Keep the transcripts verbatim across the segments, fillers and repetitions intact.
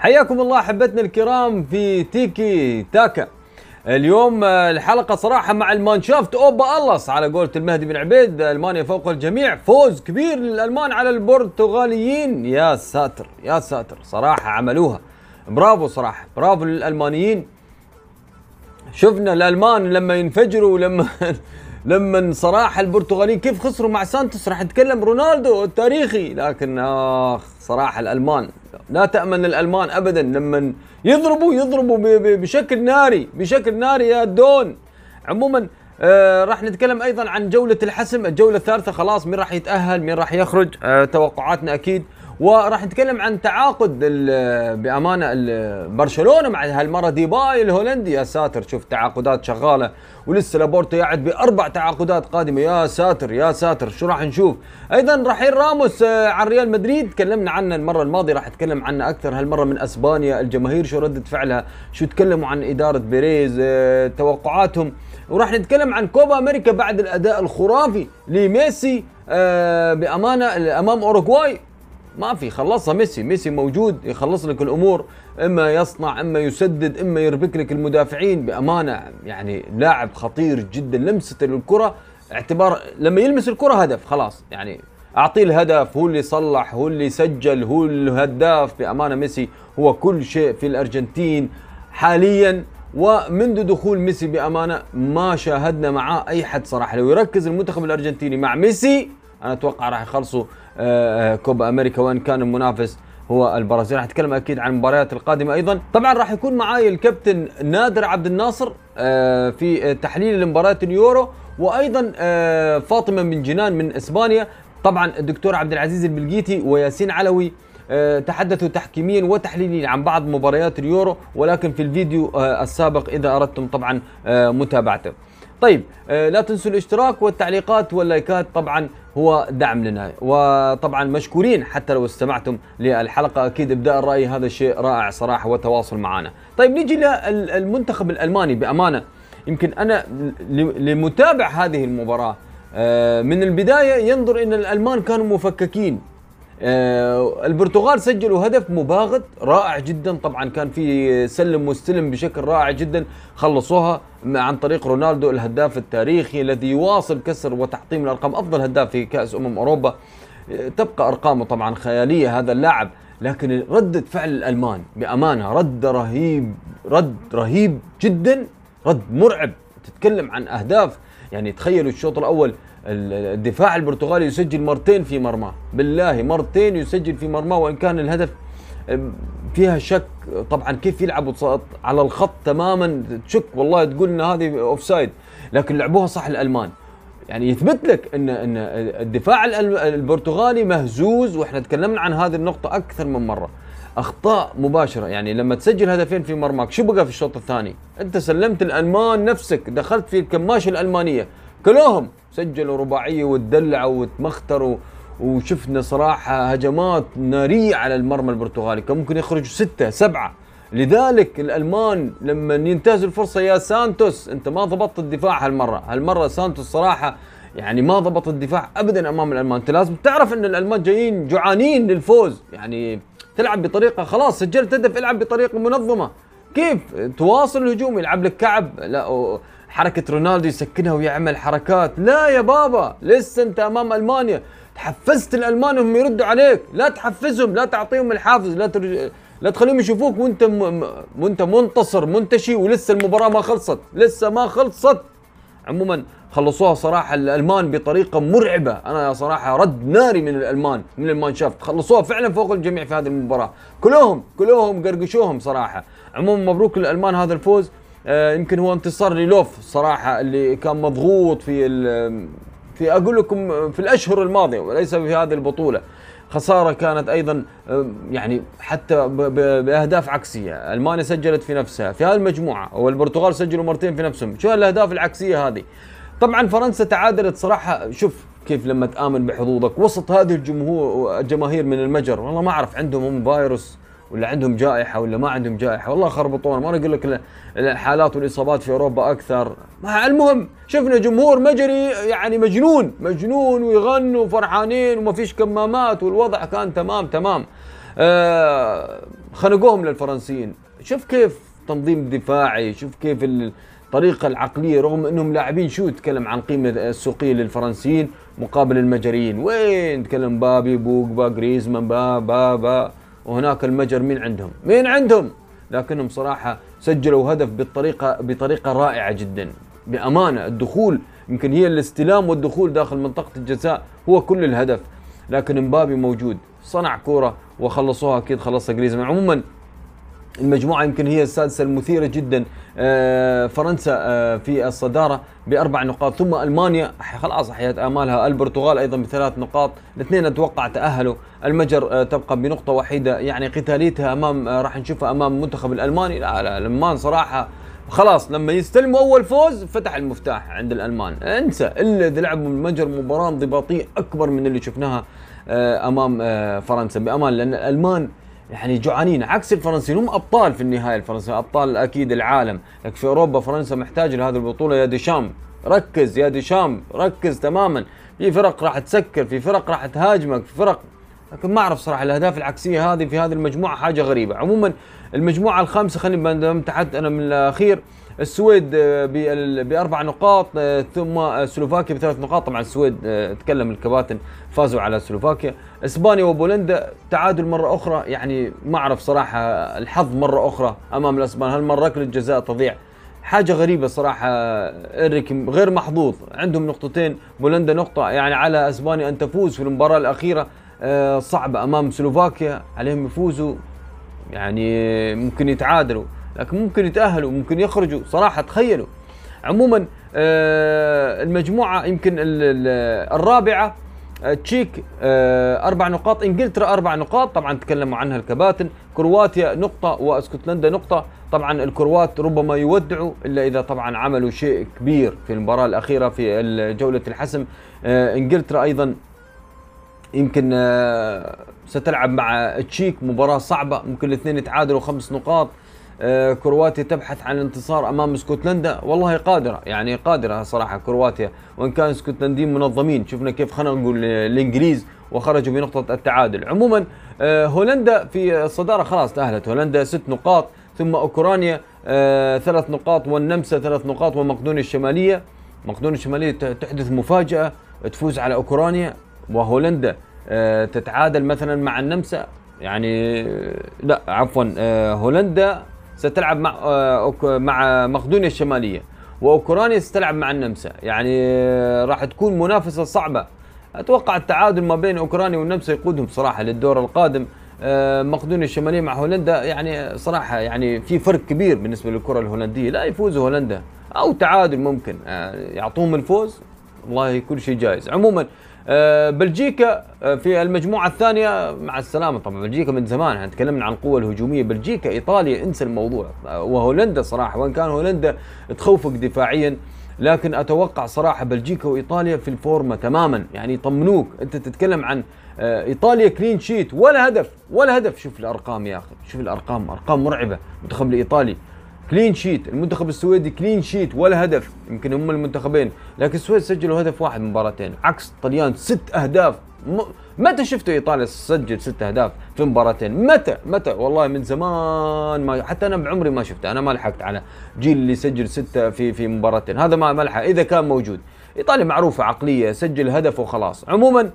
حياكم الله احبتنا الكرام في تيكي تاكا. اليوم الحلقة صراحة مع المانشافت اوبا ألص على قولة المهدي بن عبيد. ألمانيا فوق الجميع، فوز كبير للألمان على البرتغاليين. يا ساتر يا ساتر، صراحة عملوها، برافو صراحة، برافو للألمانيين. شفنا الألمان لما ينفجروا، لما لما صراحة البرتغاليين كيف خسروا مع سانتوس. راح نتكلم رونالدو التاريخي، لكن آخ صراحة الألمان لا تأمن الألمان أبدا، لما يضربوا يضربوا بشكل ناري، بشكل ناري يا دون. عموما آه راح نتكلم أيضا عن جولة الحسم، الجولة الثالثة خلاص، مين راح يتأهل مين راح يخرج، آه توقعاتنا أكيد. وراح نتكلم عن تعاقد بأمانة برشلونة مع هالمرة ديباي الهولندي. يا ساتر، شوف تعاقدات شغالة، ولسه لابورتا قاعد بأربع تعاقدات قادمة. يا ساتر يا ساتر، شو راح نشوف. أيضا رحيل راموس عن ريال مدريد، تكلمنا عنه المرة الماضية، راح أتكلم عنه أكثر هالمرة من أسبانيا. الجماهير شو ردة فعلها، شو تكلموا عن إدارة بيريز، توقعاتهم. وراح نتكلم عن كوبا أمريكا بعد الأداء الخرافي لميسي بأمانة أمام أوروغواي. ما في، خلصها ميسي، ميسي موجود يخلص لك الامور، اما يصنع اما يسدد اما يربك لك المدافعين. بامانه يعني لاعب خطير جدا، لمسه الكره اعتبار لما يلمس الكره هدف، خلاص يعني اعطيه الهدف، هو اللي صلح، هو اللي سجل، هو الهداف. بامانه ميسي هو كل شيء في الارجنتين حاليا، ومنذ دخول ميسي بامانه ما شاهدنا معاه اي حد صراحه. لو يركز المنتخب الارجنتيني مع ميسي انا اتوقع راح يخلصوا كوبا امريكا، وان كان المنافس هو البرازيل. راح نتكلم اكيد عن المباريات القادمه ايضا. طبعا راح يكون معاي الكابتن نادر عبد الناصر في تحليل المباريات اليورو، وايضا فاطمه من جنان من اسبانيا. طبعا الدكتور عبد العزيز البلقيتي وياسين علوي تحدثوا تحكيميا وتحليليا عن بعض مباريات اليورو، ولكن في الفيديو السابق اذا اردتم طبعا متابعته. طيب لا تنسوا الاشتراك والتعليقات واللايكات، طبعا هو دعم لنا. وطبعا مشكورين حتى لو استمعتم للحلقة، أكيد إبداء الرأي هذا شيء رائع صراحة، والتواصل معنا. طيب نيجي للمنتخب الألماني. بأمانة يمكن أنا لمتابع هذه المباراة من البداية ينظر أن الألمان كانوا مفككين. البرتغال سجلوا هدف مباغت رائع جدا، طبعا كان في سلم واستلم بشكل رائع جدا، خلصوها عن طريق رونالدو الهداف التاريخي الذي يواصل كسر وتحطيم الارقام، افضل هداف في كاس امم اوروبا. تبقى ارقامه طبعا خياليه هذا اللاعب، لكن ردة فعل الالمان بامانه رد رهيب، رد رهيب جدا، رد مرعب. تتكلم عن اهداف، يعني تخيلوا الشوط الاول الدفاع البرتغالي يسجل مرتين في مرماه، بالله مرتين يسجل في مرماه، وان كان الهدف فيها شك طبعا كيف يلعبوا على الخط تماما، تشك والله تقول ان هذه اوفسايد، لكن لعبوها صح الالمان. يعني يثبت لك ان ان الدفاع البرتغالي مهزوز، واحنا تكلمنا عن هذه النقطه اكثر من مره. اخطاء مباشره، يعني لما تسجل هدفين في مرماك شو بقى في الشوط الثاني؟ انت سلمت الالمان نفسك، دخلت في الكماشه الالمانيه كلهم سجلوا رباعيه وتدلعوا وتمختروا، وشفنا صراحه هجمات ناريه على المرمى البرتغالي، كان ممكن يخرجوا ستة سبعة. لذلك الالمان لما ينتهزوا الفرصه، يا سانتوس انت ما ضبطت الدفاع هالمره، هالمره سانتوس صراحه يعني ما ضبط الدفاع ابدا امام الالمان. انت لازم تعرف ان الالمان جايين جوعانين للفوز، يعني تلعب بطريقه، خلاص سجلت هدف العب بطريقه منظمه. كيف تواصل الهجوم؟ يلعب لك كعب، لا حركه رونالدو يسكنها ويعمل حركات، لا يا بابا لسه انت امام المانيا. تحفزت الالمان وهم يردوا عليك، لا تحفزهم، لا تعطيهم الحافز، لا ترج... لا تخليهم يشوفوك وانت م... وانت منتصر منتشي، ولسه المباراه ما خلصت، لسه ما خلصت. عموما خلصوها صراحه الالمان بطريقه مرعبه، انا صراحه رد ناري من الالمان، من المانشافت، خلصوها فعلا فوق الجميع في هذه المباراه، كلهم كلهم قرقشوهم صراحه. عموما مبروك للالمان هذا الفوز. آه يمكن هو انتصار للوف صراحه، اللي كان مضغوط في في اقول لكم في الاشهر الماضيه وليس في هذه البطوله. خساره كانت ايضا يعني حتى باهداف عكسيه، المانيا سجلت في نفسها في هذه المجموعه، والبرتغال سجلوا مرتين في نفسهم، شو الاهداف العكسيه هذه. طبعا فرنسا تعادلت صراحه. شوف كيف لما تآمن بحظوظك وسط هذه الجمهور الجماهير من المجر، والله ما اعرف عندهم هم فيروس ولا عندهم جائحه ولا ما عندهم جائحه، والله خربطونا. ما اقول لك الحالات والاصابات في اوروبا اكثر، المهم شفنا جمهور مجري يعني مجنون مجنون، ويغنوا فرحانين وما فيش كمامات، والوضع كان تمام تمام. آه خنقوهم للفرنسيين. شوف كيف تنظيم دفاعي، شوف كيف الطريقة العقلية، رغم انهم لاعبين شو تتكلم عن قيمة السوقية للفرنسيين مقابل المجريين. وين تكلم بابي بوجبا جريزمان با با با وهناك المجر مين عندهم؟ مين عندهم؟ لكنهم صراحة سجلوا هدف بالطريقة بطريقة رائعة جدا بأمانة. الدخول يمكن هي الاستلام والدخول داخل منطقة الجزاء هو كل الهدف، لكن مبابي موجود صنع كورة وخلصوها. أكيد خلصها جريزمان. عموما المجموعة يمكن هي السادسة المثيرة جدا. فرنسا في الصدارة بأربع نقاط، ثم ألمانيا خلاص أحيت آمالها، البرتغال أيضا بثلاث نقاط، الاثنين أتوقع تأهلوا. المجر تبقى بنقطة وحيدة، يعني قتاليتها أمام راح نشوفها أمام المنتخب الألماني. لا لا الألمان صراحة خلاص لما يستلموا أول فوز فتح المفتاح عند الألمان، انسى. إلا إذا لعبوا المجر مباراة انضباطية أكبر من اللي شفناها أمام فرنسا بأمان، لأن الألمان يعني جوعانين عكس الفرنسيين. هم ابطال في النهايه، الفرنسيين ابطال اكيد العالم، لكن في اوروبا فرنسا محتاجه لهذه البطوله. يا ديشام ركز، يا ديشام ركز تماما. في فرق راح تسكر، في فرق راح تهاجمك، في فرق، لكن ما اعرف صراحه الاهداف العكسيه هذه في هذه المجموعه حاجه غريبه. عموما المجموعه الخامسه خليني امتحت انا من الاخير. السويد باربع نقاط، ثم سلوفاكيا بثلاث نقاط. طبعا السويد تكلم الكباتن فازوا على سلوفاكيا. اسبانيا وبولندا تعادل مره اخرى، يعني ما اعرف صراحه الحظ مره اخرى امام الاسبان، هالمره ركله جزاء تضيع. حاجه غريبه صراحه. إنريكي غير محظوظ، عندهم نقطتين، بولندا نقطه، يعني على اسبانيا ان تفوز في المباراه الاخيره صعبه امام سلوفاكيا، عليهم يفوزوا يعني ممكن يتعادلوا، لكن ممكن يتأهلوا، ممكن يخرجوا صراحة. تخيلوا. عموما المجموعة يمكن الرابعة تشيك أربع نقاط، إنجلترا أربع نقاط، طبعا تكلموا عنها الكباتن. كرواتيا نقطة واسكتلندا نقطة. طبعا الكروات ربما يودعوا إلا إذا طبعا عملوا شيء كبير في المباراة الأخيرة في جولة الحسم. إنجلترا أيضا يمكن ستلعب مع تشيك مباراة صعبة، ممكن الاثنين يتعادلوا خمس نقاط. كرواتيا تبحث عن الانتصار امام اسكتلندا، والله قادره، يعني قادره صراحه كرواتيا، وان كان اسكتلنديين منظمين، شفنا كيف خنقوا الانجليز وخرجوا بنقطه التعادل. عموما هولندا في الصداره خلاص تاهلت، هولندا ست نقاط، ثم اوكرانيا ثلاث نقاط، والنمسا ثلاث نقاط، ومقدونيا الشماليه. مقدونيا الشماليه تحدث مفاجاه، تفوز على اوكرانيا، وهولندا تتعادل مثلا مع النمسا، يعني لا عفوا هولندا ستلعب مع مع مقدونيا الشماليه، واوكرانيا ستلعب مع النمسا، يعني راح تكون منافسه صعبه. اتوقع التعادل ما بين اوكرانيا والنمسا يقودهم صراحه للدور القادم. مقدونيا الشماليه مع هولندا يعني صراحه يعني في فرق كبير بالنسبه للكره الهولنديه، لا يفوزوا هولندا او تعادل ممكن يعطوهم الفوز، والله كل شيء جائز. عموما بلجيكا في المجموعة الثانية مع السلامة. طبعا بلجيكا من زمان احنا تكلمنا عن القوة الهجومية، بلجيكا إيطاليا انسى الموضوع، وهولندا صراحة وان كان هولندا تخوفك دفاعيا، لكن اتوقع صراحة بلجيكا وإيطاليا في الفورمة تماما، يعني يطمنوك. انت تتكلم عن إيطاليا كلين شيت ولا هدف ولا هدف. شوف الأرقام يا أخي، شوف الأرقام، أرقام مرعبة. المنتخب الإيطالي كلين شيت، المنتخب السويدي كلين شيت ولا هدف، يمكن هم المنتخبين، لكن السويد سجلوا هدف واحد مباراتين، عكس الطليان ست اهداف. م... متى شفتوا ايطاليا تسجل ست اهداف في مباراتين؟ متى متى والله من زمان ما، حتى انا بعمري ما شفته، انا ما لحقت على جيل اللي يسجل سته في في مباراتين، هذا ما ملحق اذا كان موجود. ايطاليا معروفه عقليه، سجل هدف وخلاص. عموما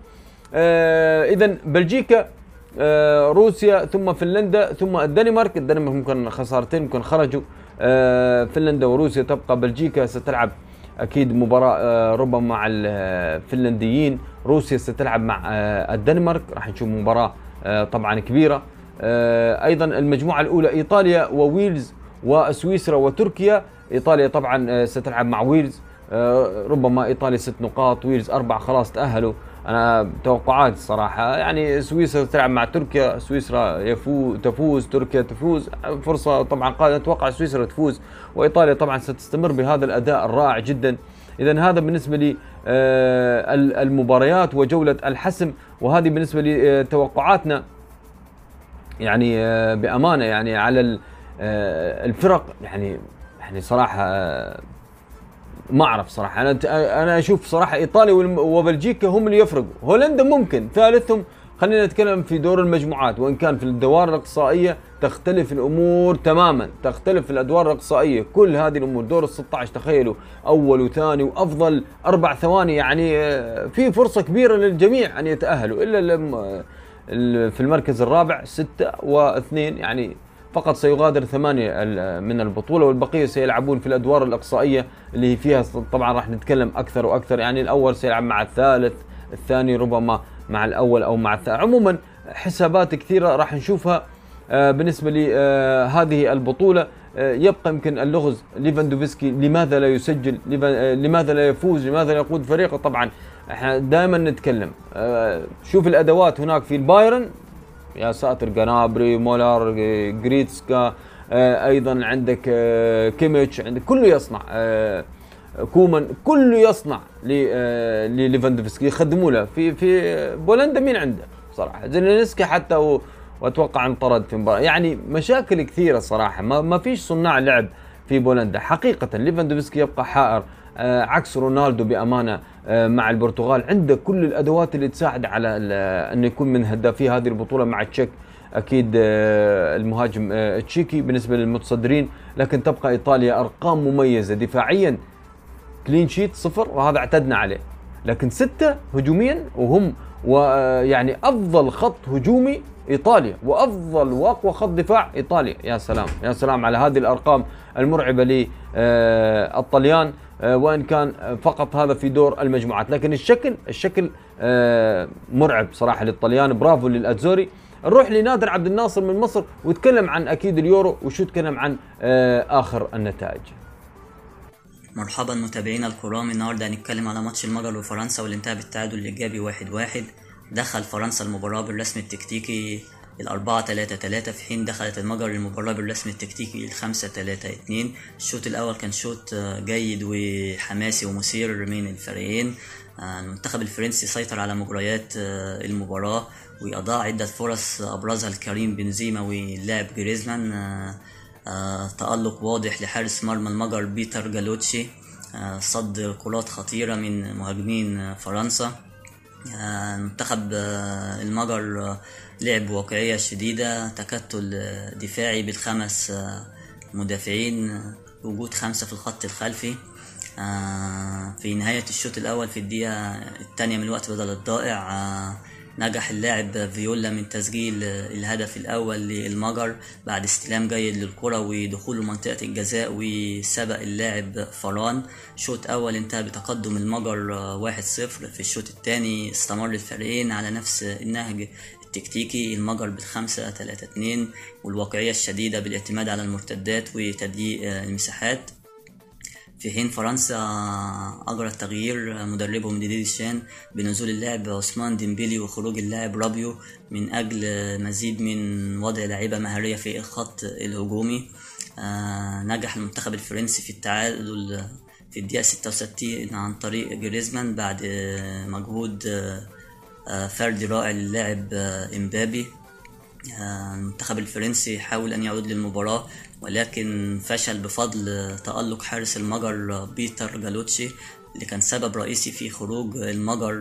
آه اذا بلجيكا آه روسيا ثم فنلندا ثم الدنمارك. الدنمارك ممكن خسارتين ممكن خرجوا. آه فنلندا وروسيا تبقى. بلجيكا ستلعب اكيد مباراه آه ربما مع الفنلنديين. روسيا ستلعب مع آه الدنمارك، راح نشوف مباراه آه طبعا كبيره. آه ايضا المجموعه الاولى ايطاليا وويلز وسويسرا وتركيا. ايطاليا طبعا آه ستلعب مع ويلز، آه ربما ايطاليا ست نقاط، ويلز اربع، خلاص تاهلوا. انا توقعات صراحه، يعني سويسرا تلعب مع تركيا، سويسرا يفوز تفوز، تركيا تفوز، فرصه طبعا قادمه، اتوقع سويسرا تفوز، وايطاليا طبعا ستستمر بهذا الاداء الرائع جدا. اذا هذا بالنسبه لي المباريات وجوله الحسم، وهذه بالنسبه لي توقعاتنا يعني بامانه يعني على الفرق. يعني يعني صراحه ما اعرف صراحه، انا انا اشوف صراحه ايطاليا وبلجيكا هم اللي يفرقوا، هولندا ممكن ثالثهم خلينا نتكلم في دور المجموعات، وإن كان في الدوائر الإقصائية تختلف الأمور تماما، تختلف الأدوار الإقصائية كل هذه الأمور. دور ال ستة عشر تخيلوا أول وثاني وأفضل أربع ثواني، يعني في فرصة كبيرة للجميع أن يتأهلوا، إلا في المركز الرابع ستة واثنين، يعني فقط سيغادر ثمانية من البطولة، والبقية سيلعبون في الأدوار الإقصائية اللي فيها طبعا راح نتكلم أكثر وأكثر. يعني الأول سيلعب مع الثالث، الثاني ربما مع الأول أو مع الثالث. عموما حسابات كثيرة راح نشوفها بالنسبة لهذه البطولة. يبقى يمكن اللغز ليفاندوفسكي، لماذا لا يسجل؟ لماذا لا يفوز؟ لماذا لا يقود فريقه؟ طبعا احنا دائما نتكلم، شوف الأدوات هناك في البايرن، يا ساتر، جنابري، مولر، جريتسكا، ايضا عندك كيميتش، عندك كله يصنع، كومان، كله يصنع لليفاندوفسكي، يخدموا له. في في بولندا مين عنده صراحه؟ زيلينسكي حتى و واتوقع انطرد في مباراه، يعني مشاكل كثيره صراحه، ما, ما فيش صناع لعب في بولندا حقيقه. ليفاندوفسكي يبقى حائر، آه عكس رونالدو بامانه. آه مع البرتغال عنده كل الادوات اللي تساعد على انه يكون من هدافي هذه البطوله مع تشيك، اكيد آه المهاجم آه تشيكي بالنسبه للمتصدرين. لكن تبقى ايطاليا ارقام مميزه دفاعيا، كلين شيت صفر وهذا اعتدنا عليه، لكن ستة هجوميا، وهم ويعني افضل خط هجومي ايطاليا، وافضل واقوى خط دفاع ايطاليا. يا سلام يا سلام على هذه الارقام المرعبه للطليان، وان كان فقط هذا في دور المجموعات. لكن الشكل الشكل مرعب صراحه للطليان. برافو للاتزوري. نروح لنادر عبد الناصر من مصر وتكلم عن اكيد اليورو، وشو تكلم عن اخر النتائج. مرحبا متابعينا الكرام، النهارده هنتكلم على ماتش المجر وفرنسا واللي انتهى بالتعادل الايجابي واحد واحد. دخل فرنسا المباراة بالرسم التكتيكي الأربعة تلاتة تلاتة، في حين دخلت المجر المباراة بالرسم التكتيكي الخمسة تلاتة اتنين. الشوط الأول كان شوط جيد وحماسي ومثير من الفريقين. المنتخب الفرنسي سيطر على مجريات المباراة وأضاع عدة فرص أبرزها الكريم بنزيما واللاعب جريزمان. تألق واضح لحارس مرمى المجر بيتر جالوتشي، صد كرات خطيرة من مهاجمين فرنسا. منتخب المجر لعب بواقعية شديدة، تكتل دفاعي بالخمس مدافعين، وجود خمسة في الخط الخلفي. في نهاية الشوط الأول في الدقيقة الثانية من الوقت بدل الضائع نجح اللاعب فيولا من تسجيل الهدف الأول للمجر بعد استلام جيد للكرة ودخول منطقة الجزاء وسبق اللاعب فران. شوط أول انتهى بتقدم المجر واحد صفر. في الشوط الثاني استمر الفريقين على نفس النهج التكتيكي، المجر بالخمسة تلاتة اتنين والواقعية الشديدة بالاعتماد على المرتدات وتضييق المساحات. في حين فرنسا أجرت تغيير مدربهم ديدي ديشان بنزول اللاعب عثمان ديمبيلي وخروج اللاعب رابيو من أجل مزيد من وضع لاعيبة مهارية في الخط الهجومي. آه نجح المنتخب الفرنسي في التعادل في الدقيقة ستة وستين عن طريق جريزمان بعد مجهود آه فردي رائع للاعب آه إمبابي. آه المنتخب الفرنسي حاول أن يعود للمباراة ولكن فشل بفضل تألق حارس المجر بيتر جالوتشي اللي كان سبب رئيسي في خروج المجر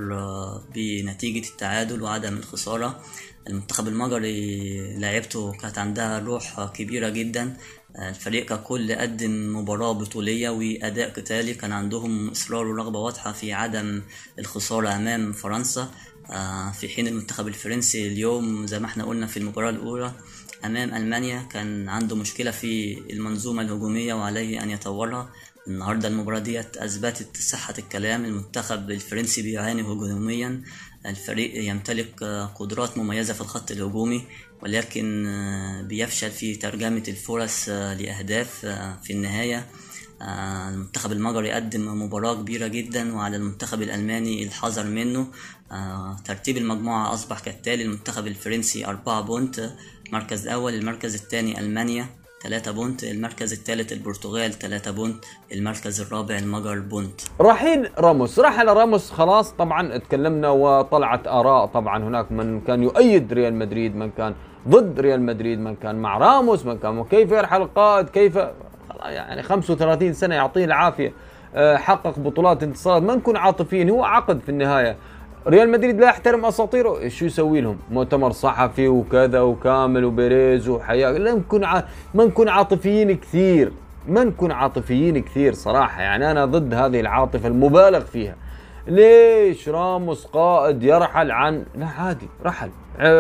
بنتيجة التعادل وعدم الخسارة. المنتخب المجري لاعبته كانت عندها روح كبيرة جدا، الفريق ككل قدم مباراة بطولية وأداء قتالي، كان عندهم إصرار ورغبة واضحة في عدم الخسارة أمام فرنسا. في حين المنتخب الفرنسي اليوم زي ما احنا قلنا في المباراة الأولى أمام ألمانيا كان عنده مشكلة في المنظومة الهجومية وعليه أن يطورها. النهاردة المباراة دي أثبتت صحة الكلام، المنتخب الفرنسي بيعاني هجوميا، الفريق يمتلك قدرات مميزة في الخط الهجومي ولكن بيفشل في ترجمة الفرص لأهداف في النهاية. المنتخب المجري قدم مباراة كبيرة جدا وعلى المنتخب الألماني الحذر منه. ترتيب المجموعة أصبح كالتالي: المنتخب الفرنسي أربعة بونت، المركز الأول، المركز الثاني ألمانيا ثلاثة بونت، المركز الثالث البرتغال ثلاثة بونت، المركز الرابع المجر بونت. رحيل راموس، رحل راموس خلاص. طبعا تكلمنا وطلعت آراء، طبعا هناك من كان يؤيد ريال مدريد، من كان ضد ريال مدريد، من كان مع راموس، من كان كيف يرحل القائد، كيف يعني خمسة وثلاثين سنة يعطيه العافية، حقق بطولات، انتصارات، ما نكون عاطفيين، هو عقد في النهاية. ريال مدريد لا يحترم اساطيره، شو يسوي لهم؟ مؤتمر صحفي وكذا وكامل وبيريز وحياة. لا نكون ع... ما نكون عاطفيين كثير، ما نكون عاطفيين كثير صراحة. يعني أنا ضد هذه العاطفة المبالغ فيها. ليش راموس قائد يرحل عن، لا عادي رحل،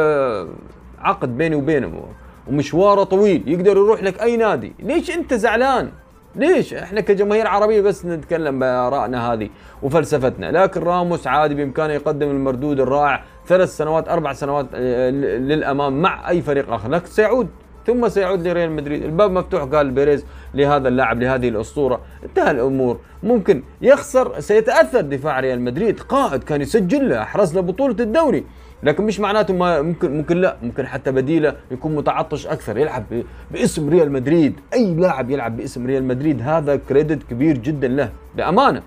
عقد بيني وبينه ومشواره طويل، يقدر يروح لك أي نادي. ليش أنت زعلان؟ ليش؟ احنا كجماهير عربية بس نتكلم بآرائنا هذه وفلسفتنا، لكن راموس عادي بإمكانه يقدم المردود الرائع ثلاث سنوات أربع سنوات للأمام مع أي فريق آخر، لكن سيعود، ثم سيعود لريال مدريد. الباب مفتوح قال بيريز لهذا اللاعب، لهذه الأسطورة. انتهى الأمور. ممكن يخسر، سيتأثر دفاع ريال مدريد، قائد كان يسجل له، أحرز له بطولة الدوري، لكن مش معناته ما ممكن ممكن لا ممكن حتى بديله يكون متعطش اكثر، يلعب باسم ريال مدريد. اي لاعب يلعب باسم ريال مدريد هذا كريدت كبير جدا له بامانه.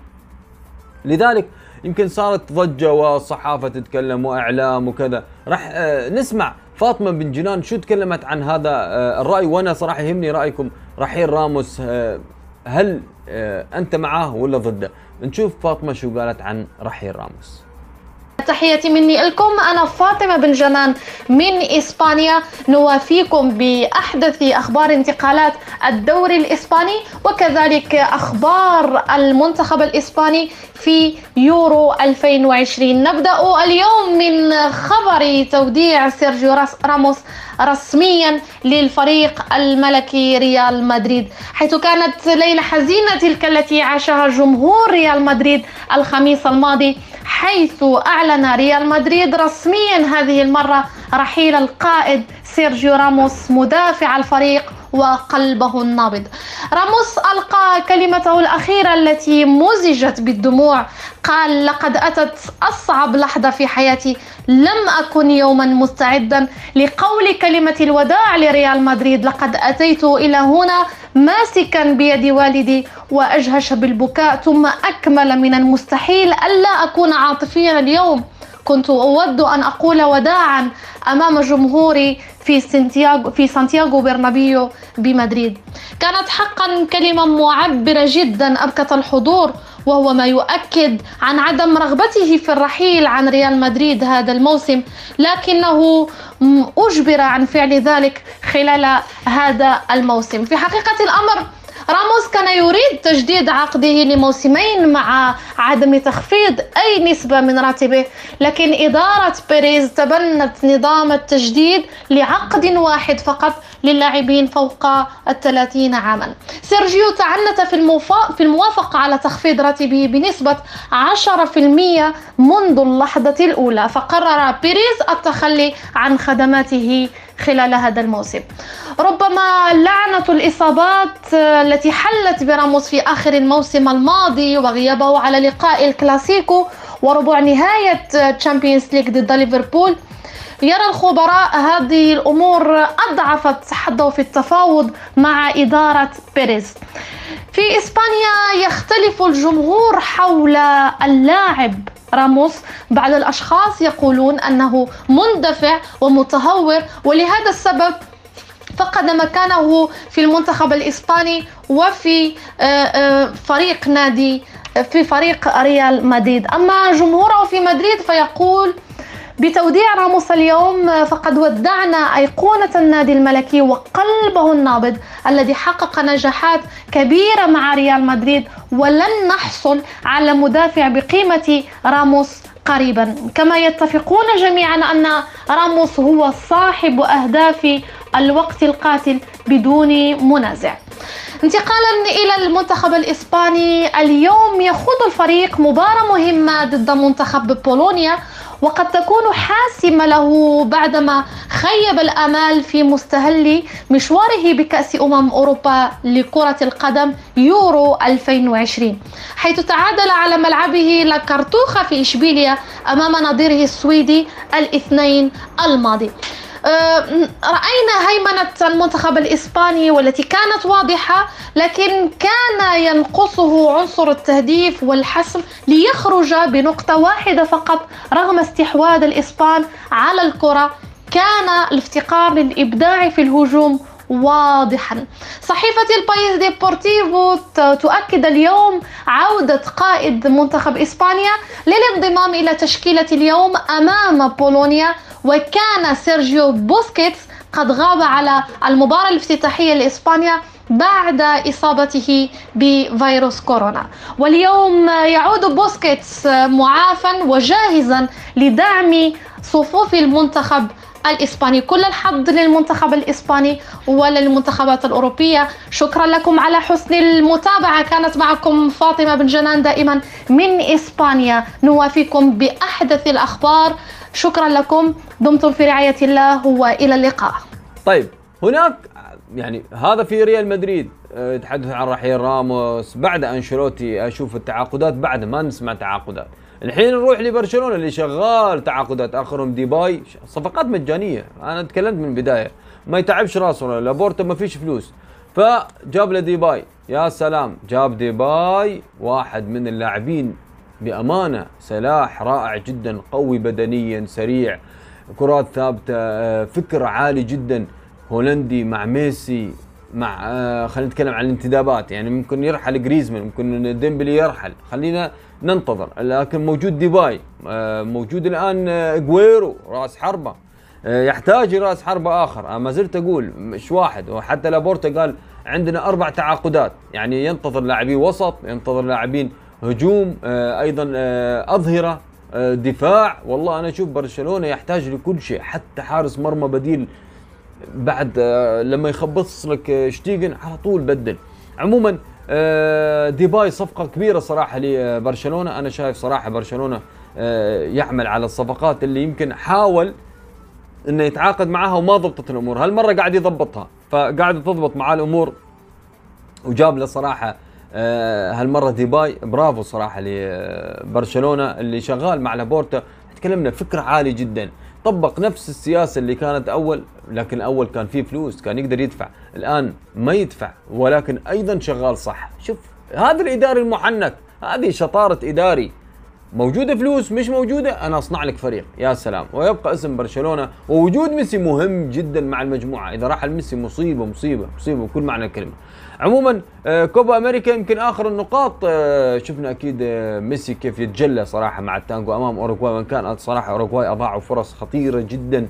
لذلك يمكن صارت ضجه والصحافه تتكلم واعلام وكذا. راح نسمع فاطمه بن جنان شو تكلمت عن هذا الراي، وانا صراحه يهمني رايكم. رحيل راموس هل انت معاه ولا ضده؟ نشوف فاطمه شو قالت عن رحيل راموس. تحياتي مني لكم، أنا فاطمة بن جنان من إسبانيا، نوافيكم بأحدث أخبار انتقالات الدوري الإسباني وكذلك أخبار المنتخب الإسباني في يورو ألفين وعشرين. نبدأ اليوم من خبر توديع سيرجيو راموس رسميا للفريق الملكي ريال مدريد، حيث كانت ليلة حزينة تلك التي عاشها جمهور ريال مدريد الخميس الماضي، حيث أعلن ريال مدريد رسميا هذه المرة رحيل القائد سيرجيو راموس مدافع الفريق وقلبه النابض. راموس ألقى كلمته الأخيرة التي مزجت بالدموع، قال: لقد أتت أصعب لحظة في حياتي، لم أكن يوما مستعدا لقول كلمة الوداع لريال مدريد. لقد أتيت إلى هنا ماسكا بيد والدي وأجهش بالبكاء، ثم أكمل من المستحيل ألا أكون عاطفيا اليوم. كنت أود أن أقول وداعا أمام جمهوري في سانتياغو في سانتياغو برنابيو بمدريد. كانت حقا كلمة معبرة جدا أبكت الحضور، وهو ما يؤكد عن عدم رغبته في الرحيل عن ريال مدريد هذا الموسم، لكنه أجبر عن فعل ذلك خلال هذا الموسم. في حقيقة الأمر راموس كان يريد تجديد عقده لموسمين مع عدم تخفيض أي نسبة من راتبه، لكن إدارة بيريز تبنت نظام التجديد لعقد واحد فقط للاعبين فوق الثلاثين عاما. سيرجيو تعنت في, في الموافقة على تخفيض راتبه بنسبة عشرة بالمئة منذ اللحظة الأولى، فقرر بيريز التخلي عن خدماته خلال هذا الموسم. ربما لعنة الإصابات التي حلت براموس في آخر الموسم الماضي وغيابه على لقاء الكلاسيكو وربع نهاية تشامبيونز ليج ضد ليفربول، يرى الخبراء هذه الأمور أضعفت حظه في التفاوض مع إدارة بيريز. في إسبانيا يختلف الجمهور حول اللاعب راموس. بعض الأشخاص يقولون أنه مندفع ومتهور، ولهذا السبب فقد مكانه في المنتخب الإسباني وفي فريق نادي في فريق ريال مدريد. أما جمهوره في مدريد فيقول: بتوديع راموس اليوم فقد ودعنا أيقونة النادي الملكي وقلبه النابض الذي حقق نجاحات كبيرة مع ريال مدريد، ولن نحصل على مدافع بقيمة راموس قريبا. كما يتفقون جميعا أن راموس هو صاحب أهداف الوقت القاتل بدون منازع. انتقالا إلى المنتخب الإسباني، اليوم يخوض الفريق مباراة مهمة ضد منتخب بولونيا، وقد تكون حاسمة له بعدما خيب الآمال في مستهل مشواره بكأس أمم أوروبا لكرة القدم يورو ألفين وعشرين، حيث تعادل على ملعبه لا كارتوخا في إشبيليا أمام نظيره السويدي الاثنين الماضي. رأينا هيمنة المنتخب الإسباني والتي كانت واضحة، لكن كان ينقصه عنصر التهديف والحسم ليخرج بنقطة واحدة فقط رغم استحواذ الإسبان على الكرة. كان الافتقار للإبداع في الهجوم واضحا. صحيفة البايس ديبورتيفو تؤكد اليوم عودة قائد منتخب إسبانيا للانضمام إلى تشكيلة اليوم أمام بولونيا، وكان سيرجيو بوسكيتس قد غاب على المباراة الافتتاحية لإسبانيا بعد إصابته بفيروس كورونا. واليوم يعود بوسكيتس معافى وجاهزا لدعم صفوف المنتخب الإسباني. كل الحظ للمنتخب الإسباني وللمنتخبات الأوروبية. شكرا لكم على حسن المتابعة. كانت معكم فاطمة بن جنان دائما من إسبانيا، نوافيكم بأحدث الأخبار. شكرا لكم، دمتم في رعاية الله وإلى اللقاء. طيب، هناك يعني هذا في ريال مدريد يتحدث عن رحيل راموس بعد أنشيلوتي. أشوف التعاقدات بعد ما نسمع تعاقدات. الحين نروح لبرشلونة اللي شغال تعاقدات، آخرهم ديباي، صفقات مجانية. أنا تكلمت من البداية، ما يتعبش راسه، لابورتا ما فيش فلوس، فجاب له ديباي. يا سلام، جاب ديباي، واحد من اللاعبين بأمانة سلاح رائع جدا، قوي بدنيا، سريع، كرات ثابتة، فكر عالي جدا، هولندي مع ميسي، مع آه خلينا نتكلم عن الانتدابات. يعني ممكن يرحل جريزمان، ممكن ديمبلي يرحل، خلينا ننتظر. لكن موجود ديباي، آه موجود الآن آه جويرو راس حربة، آه يحتاج راس حربة آخر. آه ما زلت أقول مش واحد، وحتى لابورتا قال عندنا أربع تعاقدات، يعني ينتظر لاعبين وسط، ينتظر لاعبين هجوم، آه أيضا آه أظهرة، آه دفاع. والله أنا أشوف برشلونة يحتاج لكل شيء، حتى حارس مرمى بديل بعد لما يخبص لك شتيجن على طول بدل. عموما ديباي صفقة كبيرة صراحة لبرشلونة. أنا شايف صراحة برشلونة يعمل على الصفقات اللي يمكن حاول إنه يتعاقد معها وما ضبطت الأمور، هالمرة قاعد يضبطها، فقاعد تضبط معاه الأمور وجاب له صراحة هالمرة ديباي. برافو صراحة لبرشلونة اللي شغال مع لابورتا. تكلمنا فكرة عالي جدا، طبق نفس السياسة اللي كانت أول، لكن أول كان فيه فلوس، كان يقدر يدفع، الآن ما يدفع، ولكن أيضا شغال صح. شوف هذا الإداري المحنك، هذه شطارة إداري. موجودة فلوس مش موجودة، أنا أصنع لك فريق، يا سلام. ويبقى اسم برشلونة، ووجود ميسي مهم جدا مع المجموعة. إذا راح الميسي مصيبة مصيبة مصيبة بكل معنى الكلمة. عموما كوبا أمريكا يمكن آخر النقاط. شفنا أكيد ميسي كيف يتجلى صراحة مع التانجو أمام أوروغواي، وإن كان صراحة أوروغواي أضاعوا فرص خطيرة جدا،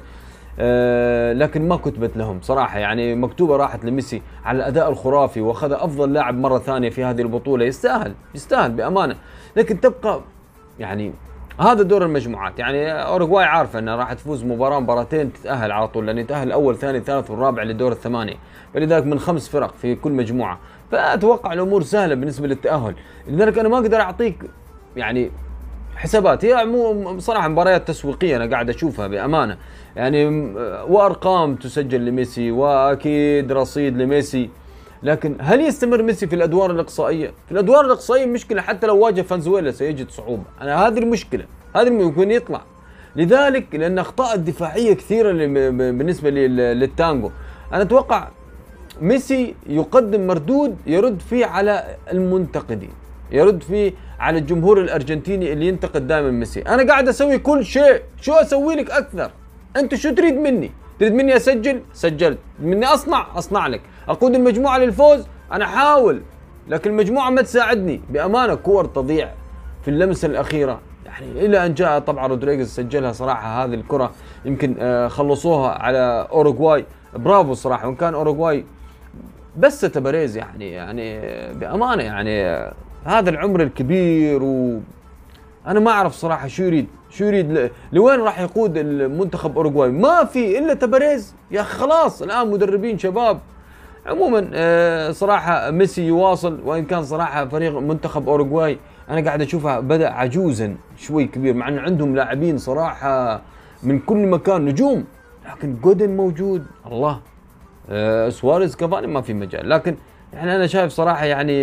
لكن ما كتبت لهم صراحة. يعني مكتوبة راحت لميسي على الأداء الخرافي، وأخذ أفضل لاعب مرة ثانية في هذه البطولة. يستاهل يستاهل بأمانة، لكن تبقى يعني هذا دور المجموعات. يعني أوروغواي عارفة أنها راح تفوز مباراة مباراتين تتأهل على طول، لأن يتأهل أول ثاني ثالث والرابع لدور الثمانية، فلذلك من خمس فرق في كل مجموعة، فأتوقع الأمور سهلة بالنسبة للتأهل. لذلك أنا ما أقدر أعطيك يعني حسابات، هي مو صراحة مباريات تسويقية أنا قاعد أشوفها بأمانة، يعني وأرقام تسجل لميسي وأكيد رصيد لميسي. لكن هل يستمر ميسي في الادوار الاقصائيه؟ في الادوار الاقصائيه مشكله، حتى لو واجه فنزويلا سيجد صعوبه. انا هذه المشكله، هذا ممكن يطلع. لذلك لان اخطاء الدفاعيه كثيره بالنسبه للتانجو. انا اتوقع ميسي يقدم مردود يرد فيه على المنتقدين، يرد فيه على الجمهور الارجنتيني اللي ينتقد دائما ميسي. انا قاعد اسوي كل شيء، شو اسوي لك اكثر؟ انت شو تريد مني؟ تريد مني اسجل؟ سجلت. مني اصنع؟ اصنع لك. اقود المجموعه للفوز؟ انا احاول، لكن المجموعه ما تساعدني بامانه. كور تضيع في اللمسه الاخيره، يعني الى ان جاء طبعا رودريغيز سجلها. صراحه هذه الكره يمكن خلصوها على اوروغواي، برافو صراحه. وان كان اوروغواي بس تباريز يعني يعني بامانه يعني هذا العمر الكبير، وانا ما اعرف صراحه شو يريد شو يريد لوين راح يقود المنتخب اوروغواي؟ ما في الا تباريز يا اخي، خلاص الان مدربين شباب. عموما صراحه ميسي يواصل، وان كان صراحه فريق منتخب اوروغواي انا قاعد اشوفها بدا عجوزا شوي كبير، مع انه عندهم لاعبين صراحه من كل مكان نجوم، لكن جودن موجود، الله سواريز كافاني ما في مجال. لكن يعني انا شايف صراحه يعني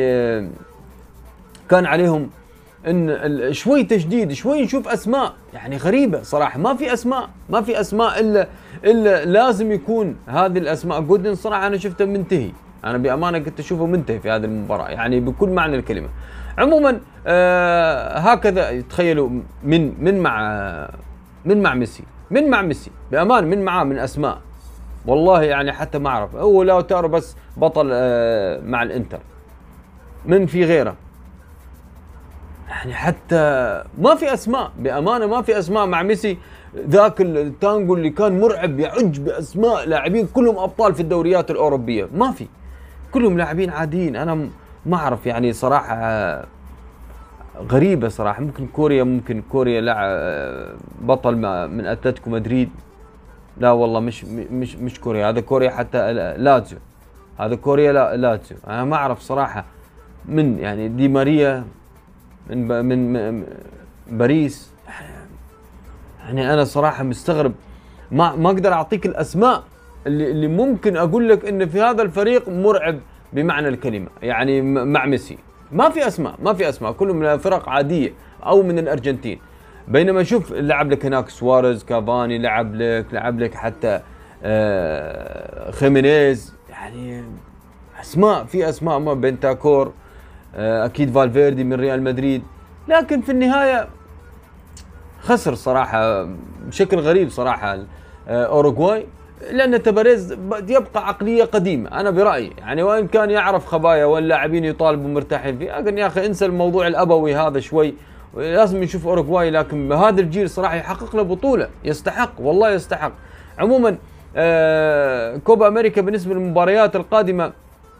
كان عليهم ان شوي تجديد، شوي نشوف اسماء يعني غريبه صراحه. ما في اسماء ما في اسماء الا الا لازم يكون هذه الاسماء. جودن صراحه انا شفته منتهي، انا بامانه كنت اشوفه منتهي في هذه المباراه يعني بكل معنى الكلمه. عموما آه هكذا تخيلوا من من مع من مع ميسي من مع ميسي بامانه من معاه من اسماء والله يعني حتى ما اعرف، هو لاوتارو بس بطل آه مع الانتر، من في غيره؟ يعني حتى ما في اسماء، بامانه ما في اسماء مع ميسي. ذاك التانجو اللي كان مرعب يعج باسماء لاعبين كلهم ابطال في الدوريات الاوروبيه، ما في، كلهم لاعبين عاديين. انا ما اعرف يعني صراحه، غريبه صراحه. ممكن كوريا، ممكن كوريا لاعب بطل من اتلتيكو مدريد. لا والله مش مش مش كوريا، هذا كوريا حتى لاتسيو، هذا كوريا لا لاتسيو. انا ما اعرف صراحه. من يعني دي ماريا من من باريس. يعني انا صراحه مستغرب، ما ما اقدر اعطيك الاسماء اللي اللي ممكن اقول لك ان في هذا الفريق مرعب بمعنى الكلمه. يعني مع ميسي ما في اسماء، ما في اسماء، كلهم من فرق عاديه او من الارجنتين. بينما شوف لعب لك هناك سواريز، كافاني، لعب لك لعب لك حتى آه خيمينيز. يعني اسماء، في اسماء، ما بنتاكور، آه اكيد فالفيردي من ريال مدريد. لكن في النهايه خسر صراحه بشكل غريب صراحه اوروغواي، لان تباريز يبقى عقليه قديمه انا برايي. يعني وان كان يعرف خبايا واللاعبين يطالبوا مرتاحين فيه، لكن يا اخي انسى الموضوع الابوي هذا شوي. لازم نشوف اوروغواي، لكن هذا الجيل صراحه يحقق له بطوله، يستحق والله يستحق. عموما آه كوبا امريكا بالنسبه للمباريات القادمه،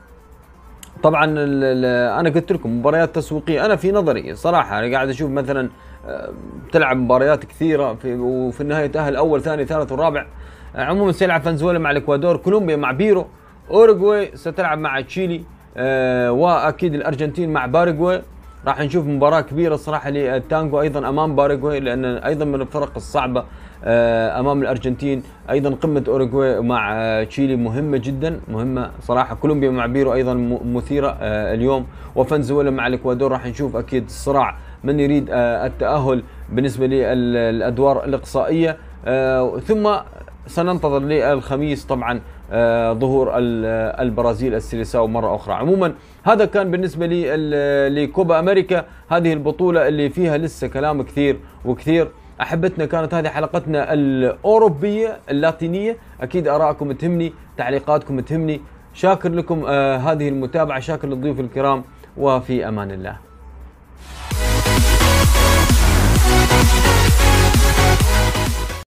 طبعا انا قلت لكم مباريات تسويقيه. انا في نظري صراحه انا قاعد اشوف مثلا تلعب مباريات كثيره في وفي النهايه تاهل اول ثاني ثالث ورابع. عموما سيلعب فنزويلا مع الاكوادور، كولومبيا مع بيرو، اوروغواي ستلعب مع تشيلي، أه واكيد الارجنتين مع باراغواي. راح نشوف مباراه كبيره صراحه للتانجو ايضا امام باراغواي، لان ايضا من الفرق الصعبه أه امام الارجنتين. ايضا قمه اوروغواي مع أه تشيلي مهمه جدا، مهمه صراحه. كولومبيا مع بيرو ايضا مثيره أه اليوم، وفنزويلا مع الاكوادور. راح نشوف اكيد الصراع من يريد أه التاهل بالنسبه للادوار الاقصائيه. أه ثم سننتظر للخميس طبعا آه ظهور البرازيل السيليساو مرة أخرى. عموما هذا كان بالنسبة لي لكوبا أمريكا، هذه البطولة اللي فيها لسه كلام كثير وكثير. أحبتنا كانت هذه حلقتنا الأوروبية اللاتينية. أكيد آراءكم تهمني، تعليقاتكم تهمني. شاكر لكم آه هذه المتابعة، شاكر للضيوف الكرام، وفي أمان الله.